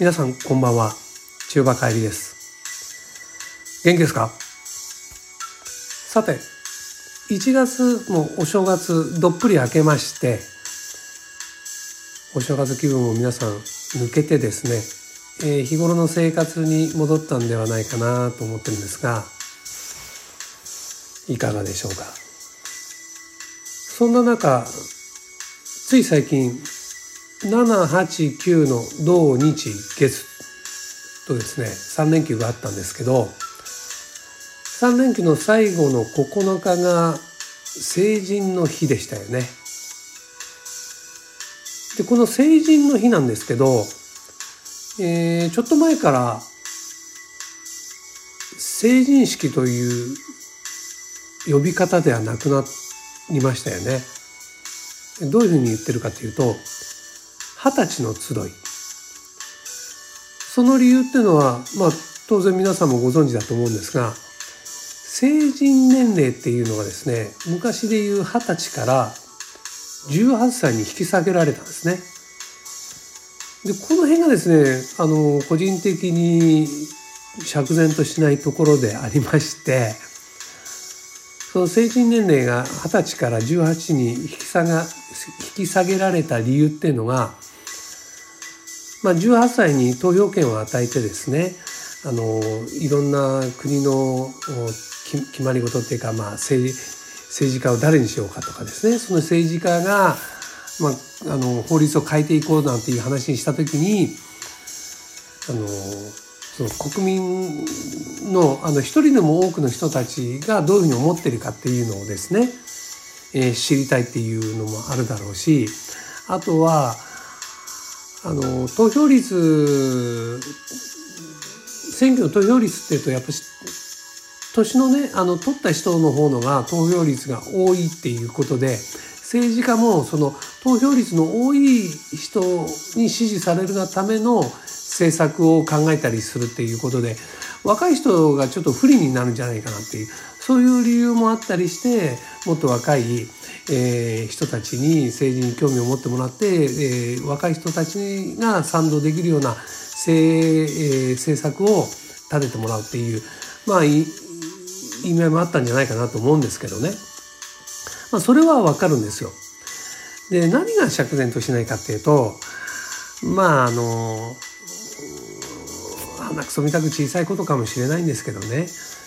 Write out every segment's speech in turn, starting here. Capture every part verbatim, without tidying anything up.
皆さんこんばんは、千代場かえりです。元気ですか？さて、いちがつもお正月どっぷり明けまして、お正月気分を皆さん抜けてですね、えー、日頃の生活に戻ったんではないかなと思ってるんですが、いかがでしょうか。そんな中、つい最近しち、はち、きゅうの土日月とですねさん連休があったんですけど、さん連休の最後のここのかが成人の日でしたよね。でこの成人の日なんですけど、えー、ちょっと前から成人式という呼び方ではなくなりましたよね。どういうふうに言ってるかというと、二十歳の集い。その理由っていうのは、まあ当然皆さんもご存知だと思うんですが、成人年齢っていうのがですね、昔でいう二十歳からじゅうはっさいに引き下げられたんですね。でこの辺がですね、あの個人的に釈然としないところでありまして、その成人年齢が二十歳からじゅうはちに引き下が引き下げられた理由っていうのが、まあ、じゅうはっさいに投票権を与えてですね、あのいろんな国の決まり事っていうか、まあ、政, 政治家を誰にしようかとかですね、その政治家が、まあ、あの法律を変えていこうなんていう話にしたときに、あのその国民のあの一人でも多くの人たちがどういうふうに思っているかっていうのをですね、えー、知りたいっていうのもあるだろうし、あとはあの投票率、選挙の投票率っていうとやっぱり年のね、あの取った人の方のが投票率が多いっていうことで、政治家もその投票率の多い人に支持されるがための政策を考えたりするっていうことで、若い人がちょっと不利になるんじゃないかなっていう、そういう理由もあったりして、もっと若い、えー、人たちに政治に興味を持ってもらって、えー、若い人たちが賛同できるような政、えー、政策を立ててもらうっていう、まあ意味合いもあったんじゃないかなと思うんですけどね。まあそれはわかるんですよ。で何が釈然としないかっていうと、まああの鼻くそみたく小さいことかもしれないんですけどね、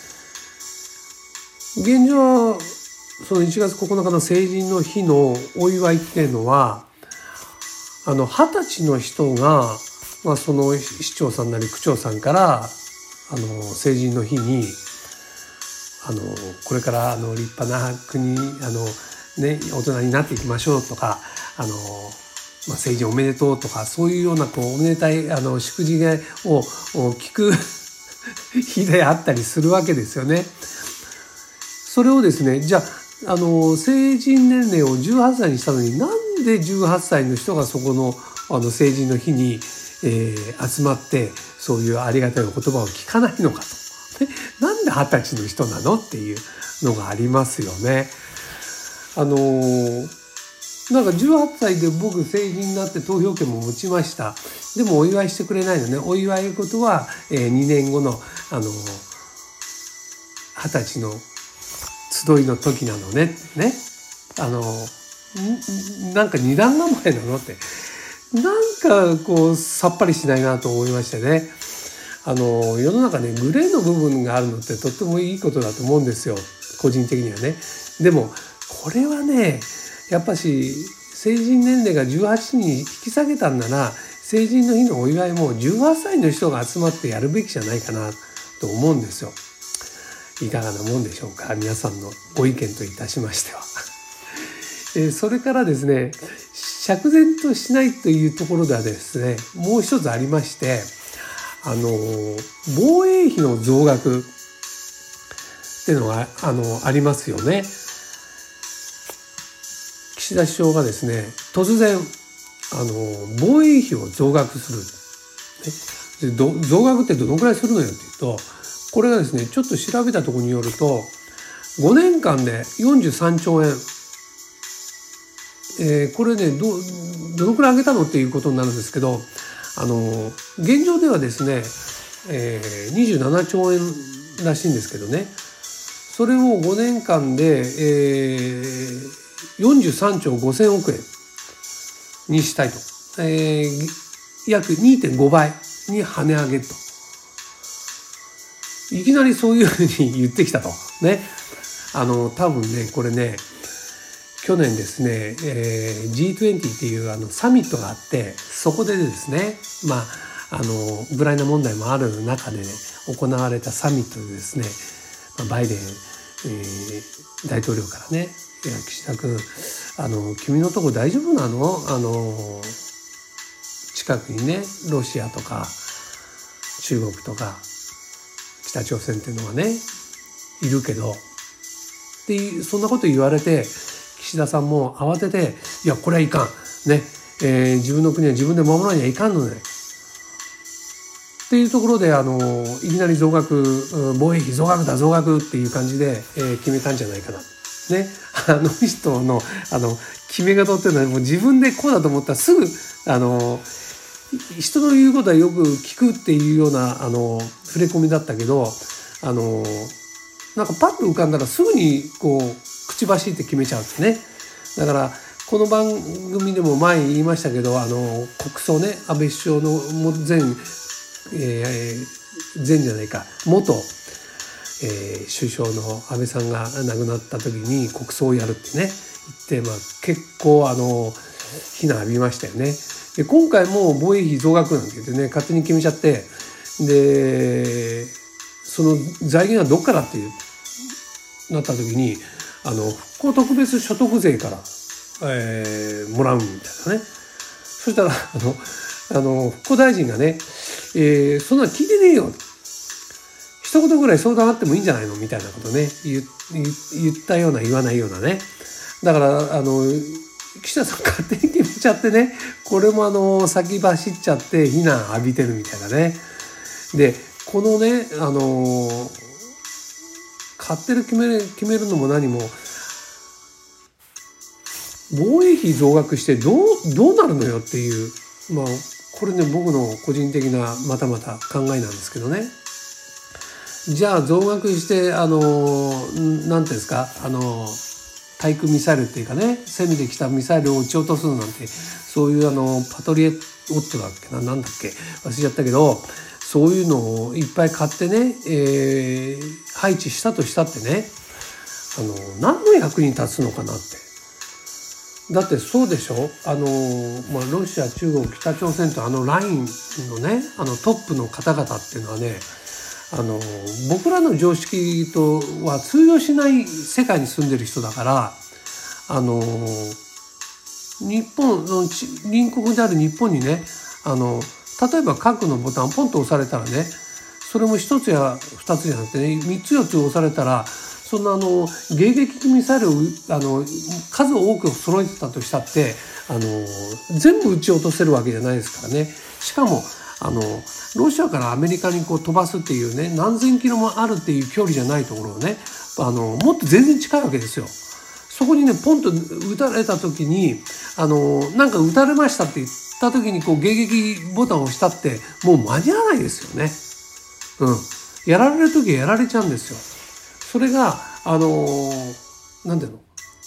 現状はそのいちがつここのかの成人の日のお祝いっていうのは、あの二十歳の人が、まあ、その市長さんなり区長さんからあの成人の日にあのこれからあの立派な国、あの、ね、大人になっていきましょうとか、あの、まあ、成人おめでとうとか、そういうようなこうおめでたいあの祝辞を聞く日であったりするわけですよね。それをですね、じゃあ、あの成人年齢をじゅうはっさいにしたのに、なんでじゅうはっさいの人がそこのあの成人の日に、えー、集まってそういうありがたい言葉を聞かないのかと。なんで二十歳の人なのっていうのがありますよね。あのなんかじゅうはっさいで僕成人になって投票権も持ちました。でもお祝いしてくれないのね。お祝いことは、えー、にねんごのあの二十歳の集いの時なのねってね。あのなんか二段構えなのって、なんかこうさっぱりしないなと思いましてね。あの世の中ね、グレーの部分があるのってとってもいいことだと思うんですよ、個人的にはね。でもこれはね、やっぱし成人年齢がじゅうはちに引き下げたんなら、成人の日のお祝いもじゅうはっさいの人が集まってやるべきじゃないかなと思うんですよ。いかがなもんでしょうか、皆さんのご意見といたしましては。えそれからですね、釈然としないというところではですね、もう一つありまして、あの防衛費の増額っていうのが あのありますよね。岸田首相がですね、突然あの防衛費を増額する、ね、で増額ってどのくらいするのよっていうと、これがですね、ちょっと調べたところによるとごねんかんでよんじゅうさんちょうえん、えー、これね、どどのくらい上げたのっていうことになるんですけど、 あの現状ではですね、えー、にじゅうななちょうえんらしいんですけどね、それをごねんかんで、えー、よんじゅうさんちょうごせんおくえんにしたいと、えー、約 にてんごばいに跳ね上げると、いきなりそういうふうに言ってきたとね。あの多分ねこれね、去年ですね、えー、ジートゥエンティー っていうあのサミットがあって、そこでですね、まああのウクライナ問題もある中で、ね、行われたサミットでですね、バイデン、えー、大統領からね、いや岸田君、あの君のとこ大丈夫なの？あの近くにねロシアとか中国とか北朝鮮っていうのがねいるけどってそんなこと言われて、岸田さんも慌てて、いやこれはいかんね、えー、自分の国は自分で守らにはいかんのねっていうところで、あのいきなり増額、防衛費増額だ増額っていう感じで、えー、決めたんじゃないかなね。あの人のあの決め方っていうのはもう自分でこうだと思ったらすぐあの人の言うことはよく聞くっていうようなあの触れ込みだったけど、あのなんかパッと浮かんだらすぐにこう口走って決めちゃうんですね。だからこの番組でも前言いましたけど、あの国葬ね、安倍首相の前、えー、前じゃないか元、えー、首相の安倍さんが亡くなった時に国葬をやるってね言って、まあ、結構あの非難浴びましたよね。で今回も防衛費増額なんて言ってね勝手に決めちゃって、でその財源はどっからっていうなった時に、あの復興特別所得税から、えー、もらうみたいなね。そしたらあのあの復興大臣がね、えー、そんなの聞いてねえよ、一言ぐらい相談あってもいいんじゃないのみたいなことね 言, 言ったような言わないようなね。だからあの岸田さん勝手に決めちゃってね、これもあの先走っちゃって非難浴びてるみたいなね。でこのねあの勝手に決める決めるのも何も、防衛費増額してどうどうなるのよっていう、まあこれね僕の個人的なまたまた考えなんですけどね。じゃあ増額してあのなんていうんですか、あの対空ミサイルっていうかね、攻めてきたミサイルを撃ち落とすなんて、そういうあのパトリエットだっけな、なんだっけ忘れちゃったけど、そういうのをいっぱい買ってね、えー、配置したとしたってね、あの何の役に立つのかなって。だってそうでしょ、あの、まあ、ロシア、中国、北朝鮮とあのラインのね、あのトップの方々っていうのはね、あの僕らの常識とは通用しない世界に住んでる人だから、あの日本の隣国である日本にね、あの例えば核のボタンポンと押されたらね、それも一つや二つじゃなくてね、三つ四つ押されたら、そんなあの迎撃ミサイルをあの数多く揃えてたとしたって、あの全部撃ち落とせるわけじゃないですからね。しかもあのロシアからアメリカにこう飛ばすっていうね、何千キロもあるっていう距離じゃないところをね、あのもっと全然近いわけですよ。そこにねポンと撃たれた時に、あのなんか撃たれましたって言った時にこう迎撃ボタンを押したってもう間に合わないですよね。うん、やられる時はやられちゃうんですよ。それがあのなんていうの、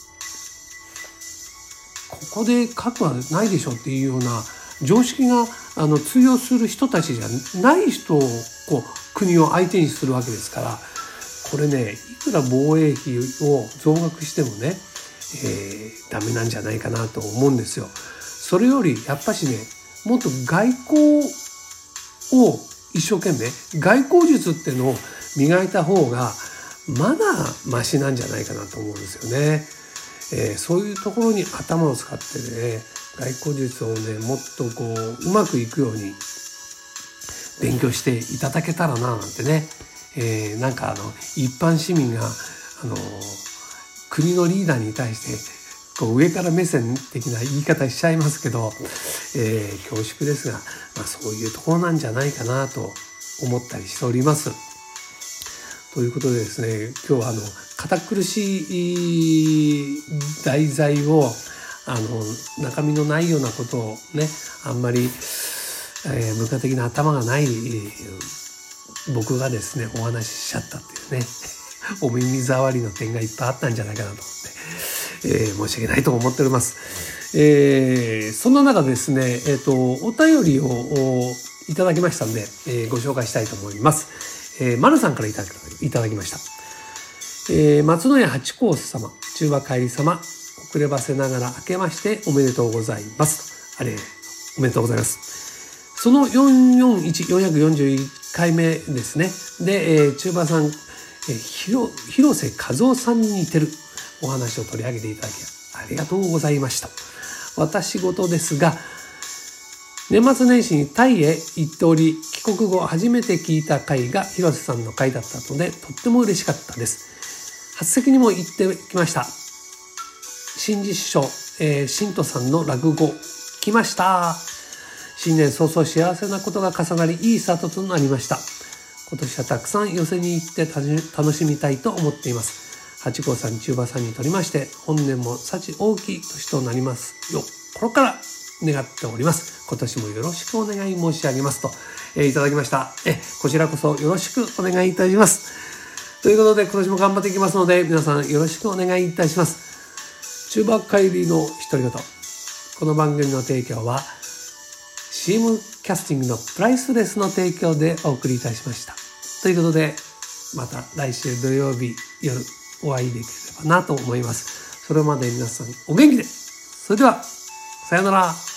ここで核はないでしょっていうような常識があの通用する人たちじゃない人をこう国を相手にするわけですから、これねいくら防衛費を増額してもね、えー、ダメなんじゃないかなと思うんですよ。それよりやっぱしね、もっと外交を一生懸命外交術っていうのを磨いた方がまだマシなんじゃないかなと思うんですよね。えー、そういうところに頭を使ってね、外交術をねもっとこううまくいくように勉強していただけたらななんてね、えー、なんかあの一般市民があの国のリーダーに対してこう上から目線的な言い方しちゃいますけど、えー、恐縮ですが、まあ、そういうところなんじゃないかなと思ったりしております。ということでですね、今日はあの堅苦しい題材をあの中身のないようなことをね、あんまり、 えー、文化的な頭がない、えー、僕がですねお話ししちゃったっていうねお耳障りの点がいっぱいあったんじゃないかなと思って、えー、申し訳ないと思っております。えー、そんな中ですね、えーと、お便りをいただきましたんで、えー、ご紹介したいと思います。えー、丸さんからいただき、いただきました。えー、松野屋八甲様、中馬帰り様、遅ればせながら明けましておめでとうございます。あれ、おめでとうございます。そのよんひゃくよんじゅういち、よんひゃくよんじゅういっかいめですね。で、えー、中馬さん、えー、広、広瀬和夫さんに似てるお話を取り上げていただきありがとうございました。私事ですが、年末年始にタイへ行っており、帰国後初めて聞いた回が広瀬さんの回だったので、とっても嬉しかったです。初席にも行ってきました。新実師匠、えー、新都さんの落語、来ました。新年早々幸せなことが重なり、いいスタートとなりました。今年はたくさん寄席に行って楽しみたいと思っています。八甲さん、中馬さんにとりまして、本年も幸大きい年となりますよ。心から願っております。今年もよろしくお願い申し上げますと、えー、いただきました。え、こちらこそよろしくお願いいたします。ということで、今年も頑張っていきますので、皆さんよろしくお願いいたします。中馬帰りの独り言。この番組の提供は、シーム キャスティングのプライスレスの提供でお送りいたしました。ということで、また来週土曜日夜お会いできればなと思います。それまで皆さんお元気で。それでは、さようなら。